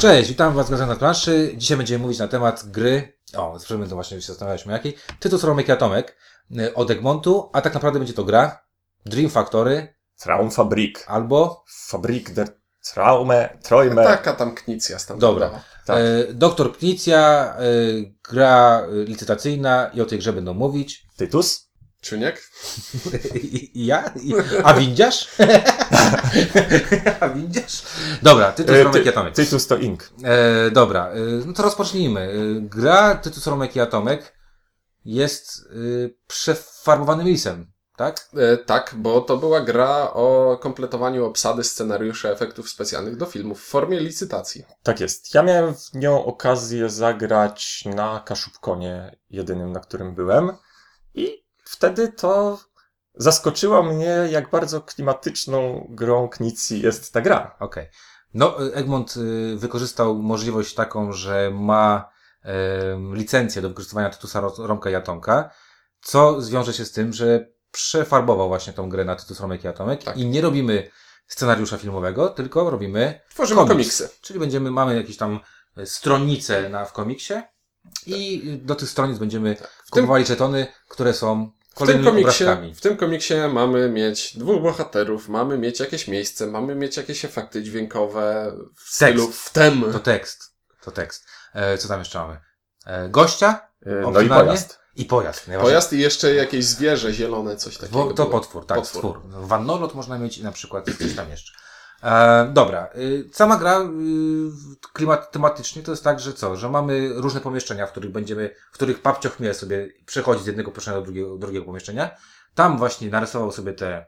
Cześć, witam was na planszy. Dzisiaj będziemy mówić na temat gry. Będę właśnie się zastanawialiśmy jakiej. Tytuł Romek i Atomek od Egmontu, a tak naprawdę będzie to gra Dream Factory. Traumfabrik. Albo Fabrik der Träume. Taka tam Knicja standardowa. Dobra. Tak. Doktor Knicja, gra licytacyjna i o tej grze będą mówić. Tytus? Czuniek? Ja? A windziarz? A windziarz? Dobra, Tytus Romek i Atomek. Tytus to Ink. Dobra, no to rozpocznijmy. Gra Tytus Romek i Atomek jest przefarbowanym lisem, tak? Tak, bo to była gra o kompletowaniu obsady scenariuszy efektów specjalnych do filmów w formie licytacji. Tak jest. Ja miałem w nią okazję zagrać na Kaszubkonie, jedynym, na którym byłem. I wtedy to zaskoczyło mnie, jak bardzo klimatyczną grą Knicji jest ta gra. Okej. No, Egmont wykorzystał możliwość taką, że ma licencję do wykorzystywania Tytusa Romka i Atomka, co zwiąże się z tym, że przefarbował właśnie tą grę na Tytus Romek i Atomek i nie robimy scenariusza filmowego, tylko robimy Tworzymy komiksy. Czyli mamy jakieś tam stronnice w komiksie i do tych stronic będziemy kupowali żetony, które są kolejnymi obrazkami. W tym komiksie mamy mieć dwóch bohaterów, mamy mieć jakieś miejsce, mamy mieć jakieś efekty dźwiękowe w stylu wtem. To tekst. Co tam jeszcze mamy? Gościa? No i pojazd. I pojazd. Pojazd i jeszcze jakieś zwierzę zielone, coś takiego. To potwór, tak. Potwór. Wannolot można mieć i na przykład coś tam jeszcze. Dobra. Sama gra tematycznie to jest tak, że że mamy różne pomieszczenia, w których Papcio Chmiel sobie przechodzi z jednego pomieszczenia do drugiego pomieszczenia. Tam właśnie narysował sobie te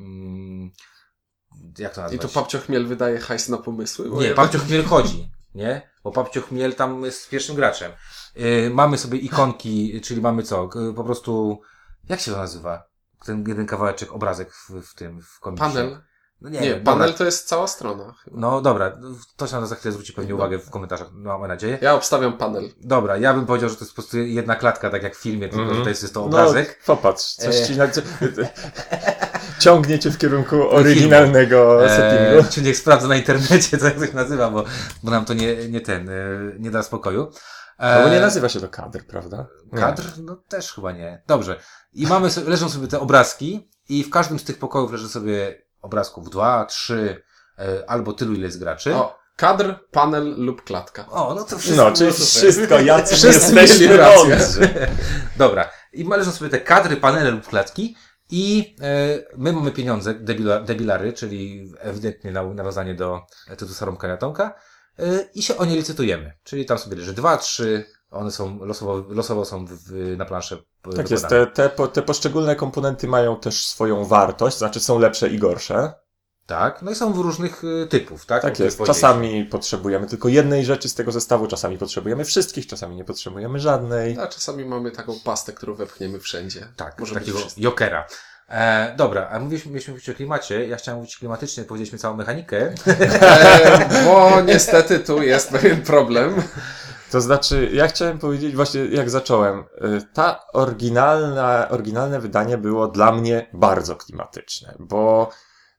jak to nazwać? I to Papcio Chmiel wydaje hajs na pomysły? Nie, Papcio Chmiel chodzi, nie? Bo Papcio Chmiel tam jest pierwszym graczem. Mamy sobie ikonki, czyli mamy po prostu, jak się to nazywa? Ten jeden kawałeczek, obrazek w komiksie. Panel? No nie, panel to jest cała strona. Chyba. No dobra, to się na za chwilę zwróci pewnie uwagę w komentarzach, mamy nadzieję. Ja obstawiam panel. Dobra, ja bym powiedział, że to jest po prostu jedna klatka, tak jak w filmie, tylko tutaj jest to obrazek. No, popatrz, coś ci ciągnie cię w kierunku oryginalnego settingu. Czy niech sprawdzę na internecie, co jak to się nazywa, bo nam to nie da spokoju. No bo nie nazywa się to kadr, prawda? Kadr? No też chyba nie. Dobrze. I leżą sobie te obrazki i w każdym z tych pokojów leży sobie obrazków 2, 3, albo tylu, ile jest graczy. Kadr, panel lub klatka. No to wszystko. No, czyli wszystko, jacy jesteśmy mądrzy. Dobra. I leżą sobie te kadry, panele lub klatki i my mamy pieniądze, debilary, czyli ewidentnie nawiązanie do Tytusa Romka i Atomka, i się o nie licytujemy. Czyli tam sobie leży 2, 3, one są losowo są na planszę. Tak jest, te poszczególne komponenty mają też swoją wartość, znaczy są lepsze i gorsze. Tak, no i są różnych typów, tak? Tak jest, czasami potrzebujemy tylko jednej rzeczy z tego zestawu, czasami potrzebujemy wszystkich, czasami nie potrzebujemy żadnej. A czasami mamy taką pastę, którą wepchniemy wszędzie. Tak, może takiego jokera. Dobra, a mieliśmy mówić o klimacie, ja chciałem mówić klimatycznie, powiedzieliśmy całą mechanikę. Bo niestety tu jest pewien problem. To znaczy, ja chciałem powiedzieć właśnie, jak zacząłem, ta oryginalne wydanie było dla mnie bardzo klimatyczne, bo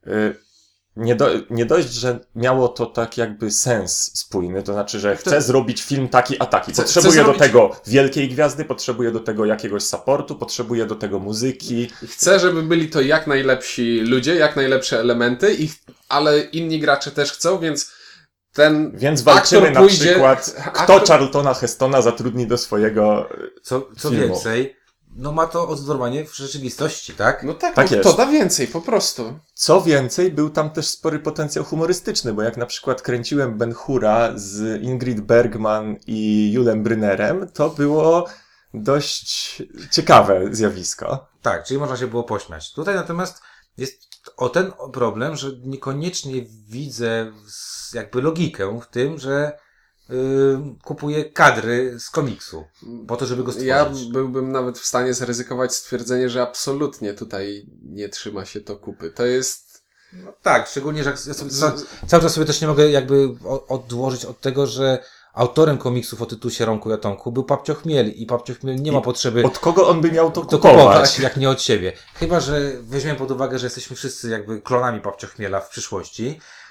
nie dość, że miało to tak jakby sens spójny, to znaczy, że chcę zrobić film taki a taki. Potrzebuję do tego wielkiej gwiazdy, potrzebuję do tego jakiegoś supportu, potrzebuję do tego muzyki. Chcę, żeby byli to jak najlepsi ludzie, jak najlepsze elementy, ale inni gracze też chcą, więc walczymy na przykład, kto Charltona Hestona zatrudni do swojego Co więcej, ma to odzorowanie w rzeczywistości, tak? No tak, tak jest. To da więcej, po prostu. Co więcej, był tam też spory potencjał humorystyczny, bo jak na przykład kręciłem Ben-Hura z Ingrid Bergman i Julem Brynnerem, to było dość ciekawe zjawisko. Tak, czyli można się było pośmiać. Tutaj natomiast jest ten problem, że niekoniecznie widzę jakby logikę w tym, że kupuję kadry z komiksu po to, żeby go stworzyć. Ja byłbym nawet w stanie zaryzykować stwierdzenie, że absolutnie tutaj nie trzyma się to kupy. To jest... No tak, szczególnie, że ja cały czas sobie też nie mogę jakby odłożyć od tego, że autorem komiksów o Tytusie Romku i Atomku był Papcio Chmiel i Papcio Chmiel nie ma potrzeby... Od kogo on by miał to kupować? Jak nie od siebie. Chyba, że weźmiemy pod uwagę, że jesteśmy wszyscy jakby klonami Papcio Chmiela w przyszłości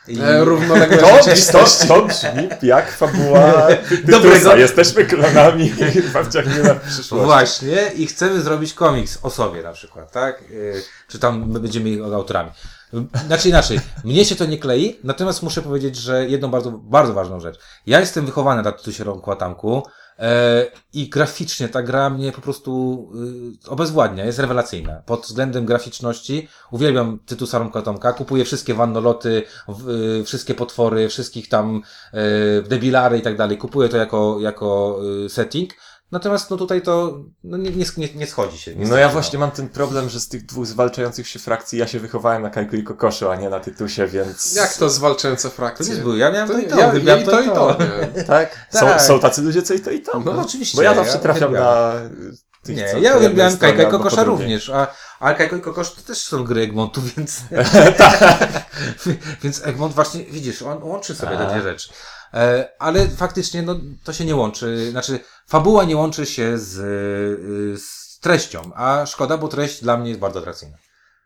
I... Równoległe To rzeczywistości. brzmi jak fabuła Dobrego. Tytusa. Jesteśmy klonami babciach nie ma w przyszłości. Właśnie, i chcemy zrobić komiks o sobie na przykład, tak? Czy tam my będziemy autorami. Znaczy inaczej, mnie się to nie klei, natomiast muszę powiedzieć, że jedną bardzo, bardzo ważną rzecz. Ja jestem wychowany na Tytusie Łatamku i graficznie ta gra mnie po prostu obezwładnia, jest rewelacyjna. Pod względem graficzności uwielbiam Tytusa Łatamka, kupuję wszystkie wannoloty, wszystkie potwory, wszystkich tam debilary i tak dalej. Kupuję to jako setting. Natomiast no tutaj to no nie schodzi się. No ja właśnie mam ten problem, że z tych dwóch zwalczających się frakcji ja się wychowałem na Kajku i Kokoszu, a nie na Tytusie, więc... Jak to zwalczające To frakcje? nie było, ja miałem to i to. Ja uwielbiam i to i to. Nie. Tak? Tak. Są tacy ludzie, co i to i to. No oczywiście. Bo ja zawsze trafiam uwielbiam. na tych, Nie, co ja po jednej uwielbiałem stronie Kajka i albo po Kokosza drugiej. również, a Kajko i Kokosz to też są gry Egmontu, więc... Więc Egmont właśnie, widzisz, on łączy sobie te dwie rzeczy. Ale faktycznie, no, to się nie łączy, znaczy, fabuła nie łączy się z treścią, a szkoda, bo treść dla mnie jest bardzo atrakcyjna.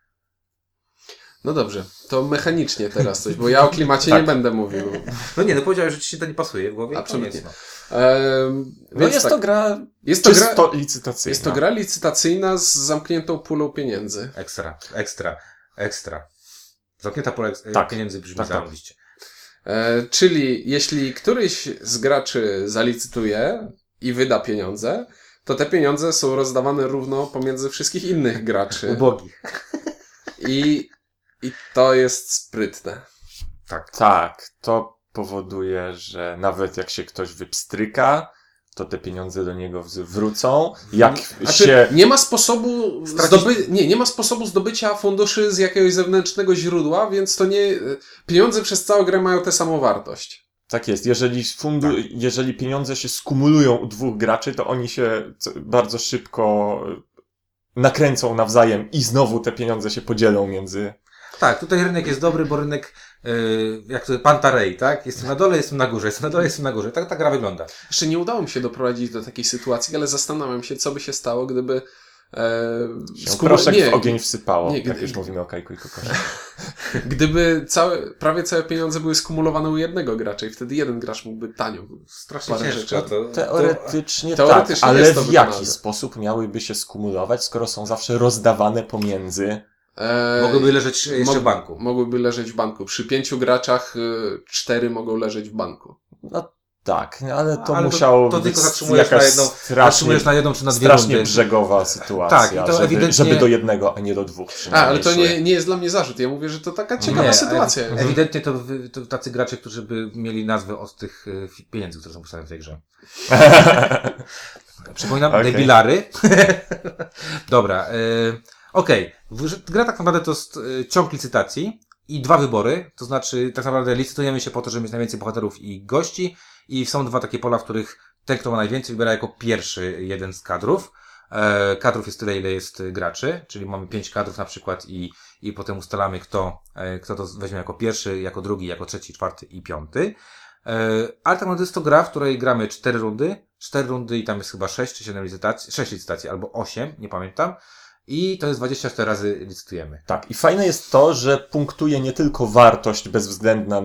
No dobrze, to mechanicznie teraz coś, bo ja o klimacie Tak. nie będę mówił. No nie, no powiedziałeś, że ci się to nie pasuje w głowie. Absolutnie. Koniec, No Więc jest tak, to gra jest to gra, czysto licytacyjna. jest to gra licytacyjna z zamkniętą pulą pieniędzy. Ekstra. Zamknięta pola Tak. pieniędzy brzmi Tak. zarobiście. Czyli jeśli któryś z graczy zalicytuje i wyda pieniądze, to te pieniądze są rozdawane równo pomiędzy wszystkich innych graczy. Ubogich. I to jest sprytne. Tak, to powoduje, że nawet jak się ktoś wypstryka, to te pieniądze do niego wrócą. Jak Znaczy, się... nie ma sposobu Stracić- nie ma sposobu zdobycia funduszy z jakiegoś zewnętrznego źródła, więc to nie, pieniądze przez całą grę mają tę samą wartość. Tak jest, jeżeli pieniądze się skumulują u dwóch graczy, to oni się bardzo szybko nakręcą nawzajem i znowu te pieniądze się podzielą między... Tak, tutaj rynek jest dobry, bo rynek, jak to Pantarei, tak? Jestem na dole, jestem na górze, jestem na dole, jestem na górze. Tak ta gra wygląda. Jeszcze nie udało mi się doprowadzić do takiej sytuacji, ale zastanawiam się, co by się stało, gdyby Proszek w ogień wsypało, nie, jak już mówimy o Kajku i Kokoszu. gdyby prawie całe pieniądze były skumulowane u jednego gracza i wtedy jeden gracz mógłby tanio Strasznie parę ciężko. rzeczy. Teoretycznie teoretycznie tak, ale jest to w jaki wykonane. sposób miałyby się skumulować, skoro są zawsze rozdawane pomiędzy... Mogłyby leżeć jeszcze w banku. Mogłyby leżeć w banku. Przy 5 graczach 4 mogą leżeć w banku. No tak, ale to Ale musiało to być tylko zatrzymujesz jakaś na jedną, zatrzymujesz na jedną czy na dwie strasznie rundy. brzegowa sytuacja, Tak, i to ewidentnie- żeby do jednego, a nie do dwóch przynajmniej Ale to szły. nie jest dla mnie zarzut. Ja mówię, że to taka ciekawa Nie, sytuacja. Ewidentnie to tacy gracze, którzy by mieli nazwę od tych pieniędzy, które są postawione w tej grze. Przypominam, Okej. debilary. Dobra, okej. Gra tak naprawdę to jest ciąg licytacji i dwa wybory, to znaczy tak naprawdę licytujemy się po to, żeby mieć najwięcej bohaterów i gości i są dwa takie pola, w których ten, kto ma najwięcej, wybiera jako pierwszy jeden z kadrów. Kadrów jest tyle, ile jest graczy, czyli mamy 5 kadrów na przykład i potem ustalamy, kto to weźmie jako pierwszy, jako drugi, jako trzeci, czwarty i piąty. Ale tak naprawdę jest to gra, w której gramy 4 rundy i tam jest chyba 6 czy 7 licytacji, 6 licytacji albo 8, nie pamiętam. I to jest 24 razy licytujemy. Tak, i fajne jest to, że punktuje nie tylko wartość bezwzględna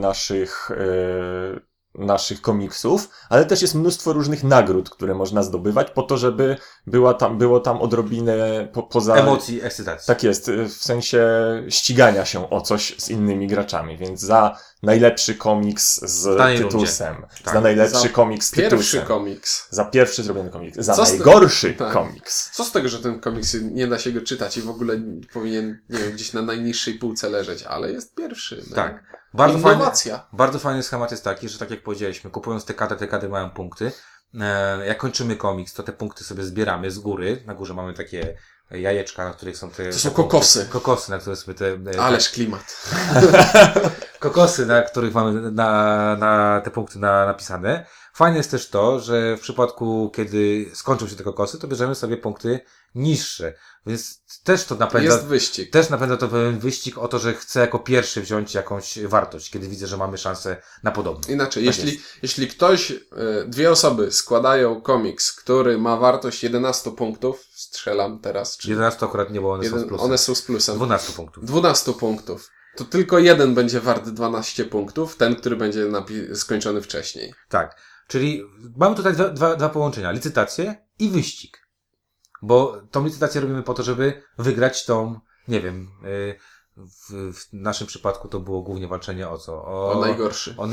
naszych komiksów, ale też jest mnóstwo różnych nagród, które można zdobywać po to, żeby było tam odrobinę poza... Emocji, ekscytacji. Tak jest, w sensie ścigania się o coś z innymi graczami, więc za najlepszy komiks z danej Tytusem, Tak, za najlepszy za komiks z Pierwszy Tytusem, komiks. za pierwszy zrobiony komiks, za Co z najgorszy tak. komiks. Co z tego, że ten komiks nie da się go czytać i w ogóle powinien, nie wiem, gdzieś na najniższej półce leżeć, ale jest pierwszy. No. Tak. Innowacja. Bardzo fajny schemat jest taki, że tak jak powiedzieliśmy, kupując te kadry mają punkty. Jak kończymy komiks, to te punkty sobie zbieramy z góry. Na górze mamy takie jajeczka, na których są te... To są kokosy. Kokosy, na których sobie Ależ klimat. kokosy, na których mamy na te punkty napisane. Fajne jest też to, że w przypadku, kiedy skończą się te kokosy, to bierzemy sobie punkty niższe. Więc też to napędza... Jest wyścig. Też napędza to pewien wyścig o to, że chcę jako pierwszy wziąć jakąś wartość, kiedy widzę, że mamy szansę na podobną. Inaczej, Tak jeśli ktoś, dwie osoby składają komiks, który ma wartość 11 punktów, strzelam teraz, czy 11 akurat nie, bo one są z plusem. one są z plusem, 12 punktów. 12 punktów To tylko jeden będzie wart 12 punktów, ten, który będzie skończony wcześniej. Tak. Czyli mamy tutaj dwa połączenia. Licytację i wyścig. Bo tą licytację robimy po to, żeby wygrać tą, nie wiem, w naszym przypadku to było głównie walczenie o co? O najgorszy. O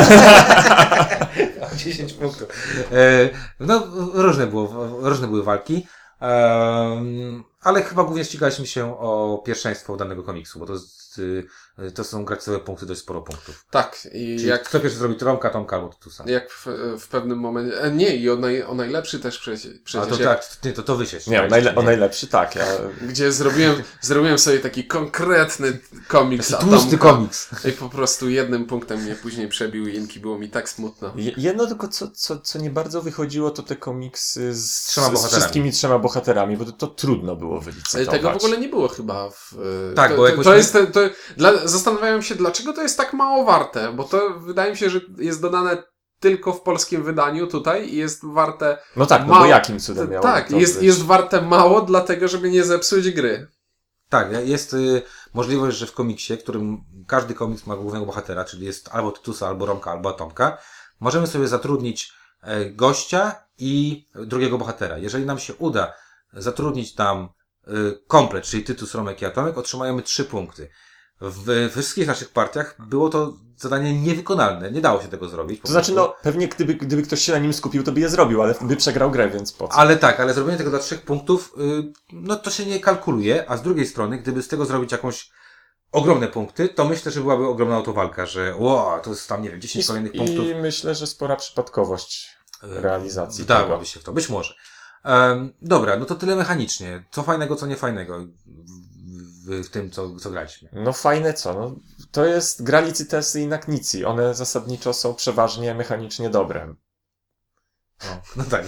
10 punktów. No, różne były walki. Ale chyba głównie ścigaliśmy się o pierwszeństwo danego komiksu, bo to są gracjowe punkty, dość sporo punktów. Tak. I Czyli jak kto pierwszy zrobi Tomka albo Tytusa. Jak w pewnym momencie... Nie, i o najlepszy też przecież. A to jak, tak, to wy się Nie, o najlepszy tak. Ja... Gdzie zrobiłem sobie taki konkretny komiks tłusty komiks. I po prostu jednym punktem mnie później przebił i Inki, było mi tak smutno. Jedno tylko, co nie bardzo wychodziło, to te komiksy z bohaterami. 3 bohaterami, bo to trudno było wylicytować. Tego w ogóle nie było chyba. Tak, bo jakoś... Zastanawiałem się, dlaczego to jest tak mało warte, bo to wydaje mi się, że jest dodane tylko w polskim wydaniu tutaj i jest warte... No tak, mało, bo jakim cudem miało tak, to jest warte mało, dlatego żeby nie zepsuć gry. Tak, jest możliwość, że w komiksie, którym każdy komiks ma głównego bohatera, czyli jest albo Tytusa, albo Romka, albo Atomka, możemy sobie zatrudnić gościa i drugiego bohatera. Jeżeli nam się uda zatrudnić tam komplet, czyli Tytus, Romek i Atomek, otrzymujemy 3 punkty. W wszystkich naszych partiach było to zadanie niewykonalne. Nie dało się tego zrobić. To znaczy, no, pewnie gdyby ktoś się na nim skupił, to by je zrobił, ale by przegrał grę, więc po co? Ale zrobienie tego dla 3 punktów, no to się nie kalkuluje, a z drugiej strony, gdyby z tego zrobić jakąś ogromne punkty, to myślę, że byłaby ogromna autowalka, że to jest tam, nie wiem, 10 kolejnych punktów. I myślę, że spora przypadkowość realizacji Wdałaby się w to, być może. Dobra, no to tyle mechanicznie. Co fajnego, co niefajnego w tym, co graliśmy. No fajne co? No, to jest gra licytacyjna Knici. One zasadniczo są przeważnie mechanicznie dobre. No tak.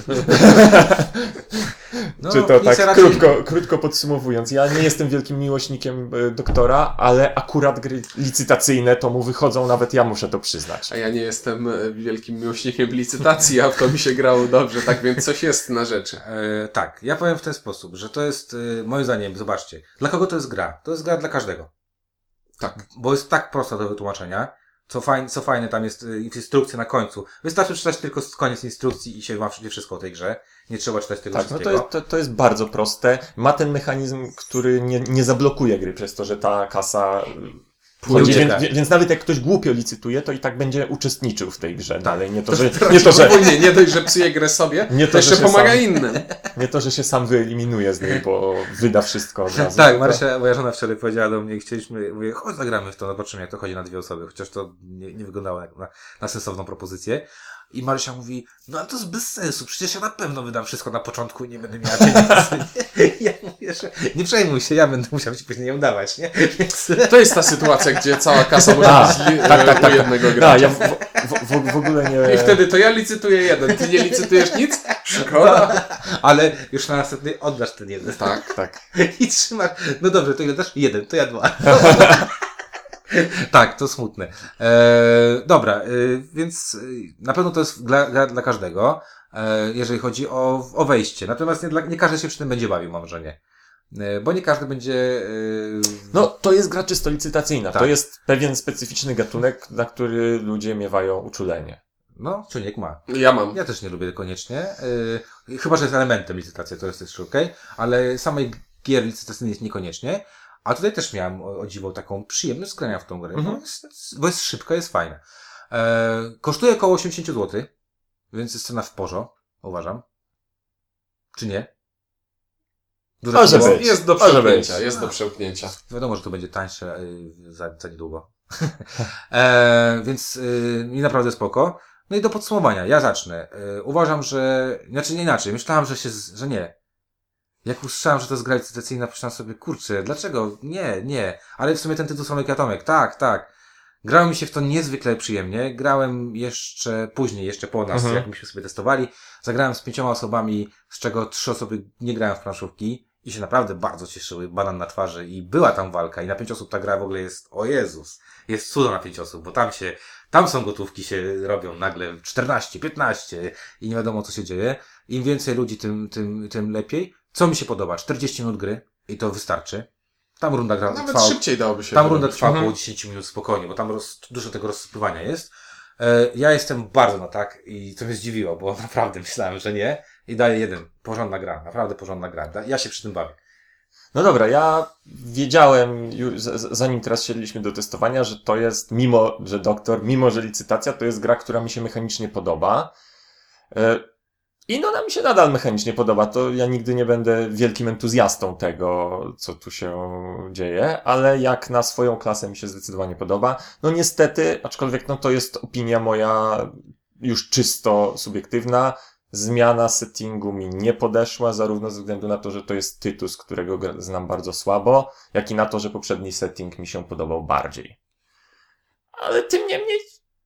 No, Czy to tak raczej... krótko podsumowując, ja nie jestem wielkim miłośnikiem Doktora, ale akurat gry licytacyjne to mu wychodzą, nawet ja muszę to przyznać. A ja nie jestem wielkim miłośnikiem licytacji, a w to mi się grało dobrze, tak więc coś jest na rzeczy. Tak, ja powiem w ten sposób, że to jest, moim zdaniem, zobaczcie, dla kogo to jest gra? To jest gra dla każdego. Tak. Bo jest tak prosta do wytłumaczenia. Co fajne, tam jest instrukcja na końcu. Wystarczy czytać tylko koniec instrukcji i się wam przyjdzie wszystko o tej grze. Nie trzeba czytać tego wszystkiego. No to jest bardzo proste. Ma ten mechanizm, który nie zablokuje gry przez to, że ta kasa wchodzi, więc nawet jak ktoś głupio licytuje, to i tak będzie uczestniczył w tej grze dalej. Nie dość, że psuje grę sobie, to jeszcze pomaga innym. Nie to, że się sam wyeliminuje z niej, bo wyda wszystko od razu. Tak, Marysia, moja żona wczoraj powiedziała do mnie, mówię, chodź zagramy w to, zobaczymy jak to chodzi na 2 osoby, chociaż to nie wyglądało jak na sensowną propozycję. I Marysia mówi, no ale to jest bez sensu, przecież ja na pewno wydam wszystko na początku i nie będę miała pieniędzy. Ja mówię, że nie przejmuj się, ja będę musiał ci później ją dawać, nie? Więc... To jest ta sytuacja, gdzie cała kasa może być u jednego gracza. Ja w ogóle nie... I wtedy to ja licytuję jeden, ty nie licytujesz nic? Szkoda. Ale już na następny oddasz ten jeden. Tak. I trzymasz, no dobrze, to ile dasz? 1, to ja 2. Tak, to smutne. Dobra, więc na pewno to jest gra dla każdego, jeżeli chodzi o wejście. Natomiast nie każdy się przy tym będzie bawił, mam wrażenie. Bo nie każdy będzie... No, to jest gra czysto licytacyjna. Tak. To jest pewien specyficzny gatunek, na który ludzie miewają uczulenie. No, Czuniek ma. Ja mam. Ja też nie lubię koniecznie. Chyba, że jest elementem licytacji, to jest też okej. Ale samej gier licytacyjnej niekoniecznie. A tutaj też miałem, o dziwo, taką przyjemność grania w tą grę, bo jest szybka, jest fajna. Kosztuje około 80 zł, więc jest cena w porzo, uważam. Czy nie? Jest do przełknięcia, jest do przełknięcia. Wiadomo, że to będzie tańsze za niedługo. Więc mi naprawdę spoko. No i do podsumowania, ja zacznę. Uważam, że... Znaczy nie inaczej, myślałem, że nie. Jak usłyszałem, że to jest gra licytacyjna, pomyślałem sobie, kurczę, dlaczego? Nie. Ale w sumie ten tytuł Romek i Atomek, tak. Grało mi się w to niezwykle przyjemnie. Grałem jeszcze później, jeszcze po nas, jak myśmy sobie testowali. Zagrałem z 5 osobami, z czego 3 osoby nie grają w planszówki i się naprawdę bardzo cieszyły, banan na twarzy i była tam walka i na 5 osób ta gra w ogóle jest, o Jezus, jest cudo na 5 osób, bo tam są gotówki się robią nagle 14, 15 i nie wiadomo co się dzieje. Im więcej ludzi, tym lepiej. Co mi się podoba? 40 minut gry i to wystarczy. Tam runda gra Nawet trwa, szybciej dałoby się tam zrobić. runda trwa około 10 minut spokojnie, bo tam dużo tego rozsypywania jest. Ja jestem bardzo na tak i to mnie zdziwiło, bo naprawdę myślałem, że nie. I daję 1. Porządna gra, naprawdę porządna gra. Ja się przy tym bawię. No dobra, ja wiedziałem już, zanim teraz siedliśmy do testowania, że to jest, mimo że licytacja, to jest gra, która mi się mechanicznie podoba. I no, ona mi się nadal mechanicznie podoba. To ja nigdy nie będę wielkim entuzjastą tego, co tu się dzieje, ale jak na swoją klasę mi się zdecydowanie podoba. No niestety, aczkolwiek no to jest opinia moja już czysto subiektywna. Zmiana settingu mi nie podeszła, zarówno ze względu na to, że to jest Tytus, którego znam bardzo słabo, jak i na to, że poprzedni setting mi się podobał bardziej. Ale tym niemniej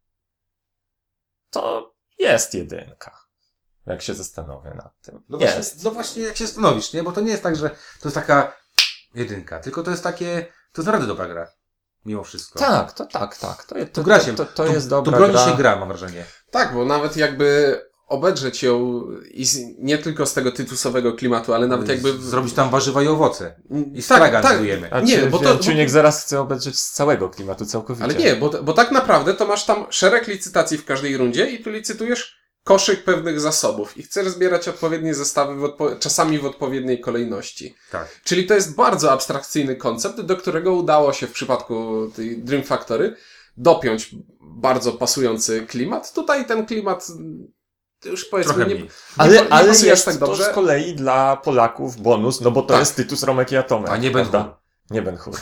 to jest 1. Jak się zastanowię nad tym. No właśnie jak się stanowisz, nie? Bo to nie jest tak, że to jest taka 1, tylko to jest takie, to jest naprawdę dobra gra. Mimo wszystko. Tak. To gra się. To jest dobra to broni gra. się gra, mam wrażenie. Tak, bo nawet jakby obedrzeć ją nie tylko z tego tytusowego klimatu, ale nawet jakby... Zrobić tam warzywa i owoce. I Tak, stragan tak. budujemy. A Nie, nie, bo bo to- Ciuniek zaraz chce obejrzeć z całego klimatu całkowicie. Ale nie, bo tak naprawdę to masz tam szereg licytacji w każdej rundzie i tu licytujesz koszyk pewnych zasobów i chcesz zbierać odpowiednie zestawy czasami w odpowiedniej kolejności. Tak. Czyli to jest bardzo abstrakcyjny koncept, do którego udało się w przypadku tej Dream Factory dopiąć bardzo pasujący klimat. Tutaj ten klimat już powiedzmy Trochę nie, mniej. Ale pasuje aż jest tak dobrze. to z kolei dla Polaków bonus, no bo to Tak. jest Tytus, Romek i Atomek. A nie Ben prawda? Hur. Nie Ben Hur.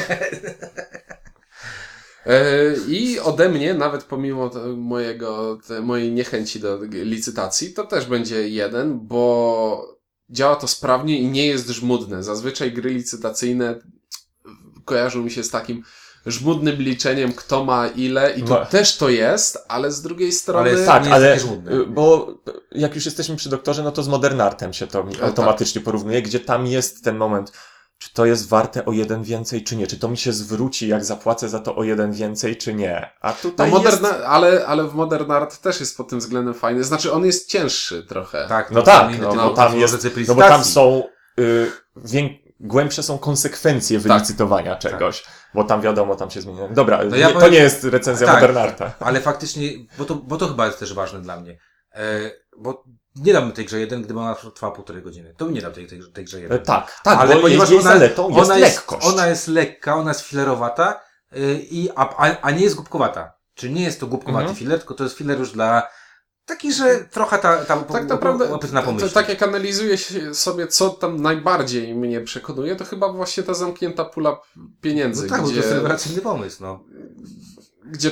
I ode mnie, nawet pomimo mojej niechęci do licytacji, to też będzie 1, bo działa to sprawnie i nie jest żmudne. Zazwyczaj gry licytacyjne kojarzą mi się z takim żmudnym liczeniem, kto ma ile i to No. też to jest, ale z drugiej strony... Ale Tak, nie jest ale takie żmudne. bo jak już jesteśmy przy doktorze, no to z Modern Artem się to automatycznie porównuje, gdzie tam jest ten moment, czy to jest warte o 1 więcej, czy nie? Czy to mi się zwróci, jak zapłacę za to o 1 więcej, czy nie? A No tutaj jest... ale w Modern Art też jest pod tym względem fajny. Znaczy on jest cięższy trochę. Tak, No to tak, inny no typ bo tam jest, licytacji. no bo tam są głębsze są konsekwencje wylicytowania czegoś, bo tam wiadomo, tam się zmienia. Dobra, No ja to powiem- nie jest recenzja Tak. Modern Arta. Ale faktycznie, bo to chyba jest też ważne dla mnie. Bo nie dam tej grze 1, gdyby ona trwała 1,5 godziny. To bym nie dał tej grze 1. Tak, ale ponieważ jej ona, zaletą jest ona lekkość. Ona jest lekka, ona jest filerowata, a nie jest głupkowata. Czyli nie jest to głupkowaty filer, tylko to jest filer już dla taki, że trochę Tak naprawdę, łapy na pomyśl. tak jak analizuję sobie, co tam najbardziej mnie przekonuje, to chyba właśnie ta zamknięta pula pieniędzy, No tak, bo to gdzie, jest rewelacyjny pomysł, no. gdzie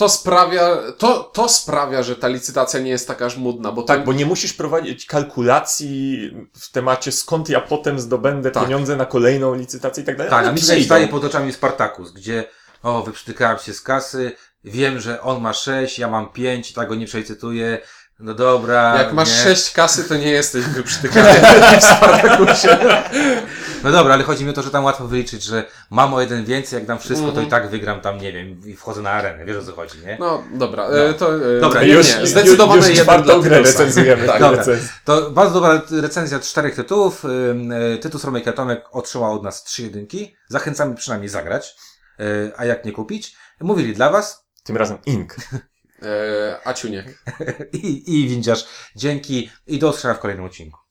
to sprawia, że ta licytacja nie jest taka żmudna, bo Tak, bo nie musisz prowadzić kalkulacji w temacie, skąd ja potem zdobędę Tak. pieniądze na kolejną licytację i tak dalej. Tak, One a mi przyjdą. staje pod oczami Spartacus, gdzie wyprztykałem się z kasy, wiem, że on ma 6, ja mam 5, tak go nie przelicytuję, no dobra. jak masz nie. 6 kasy, to nie jesteś wyprztykany w Spartakusie. No dobra, ale chodzi mi o to, że tam łatwo wyliczyć, że mam o 1 więcej, jak dam wszystko, to Mhm. i tak wygram tam, nie wiem, i wchodzę na arenę, wiesz o co chodzi, nie? No dobra, No. dobra, Już- zdecydowanie już jeden czwartą dla grę Tytusa. recenzujemy. Tak, dobra. recenzję. To bardzo dobra recenzja 4 tytułów. Tytus Romek i Atomek otrzymał od nas 3 jedynki. Zachęcamy przynajmniej zagrać, a jak nie kupić. Mówili dla was Tym razem Ink. Aciuniek. i Windziarz. Dzięki i do usłyszenia w kolejnym odcinku.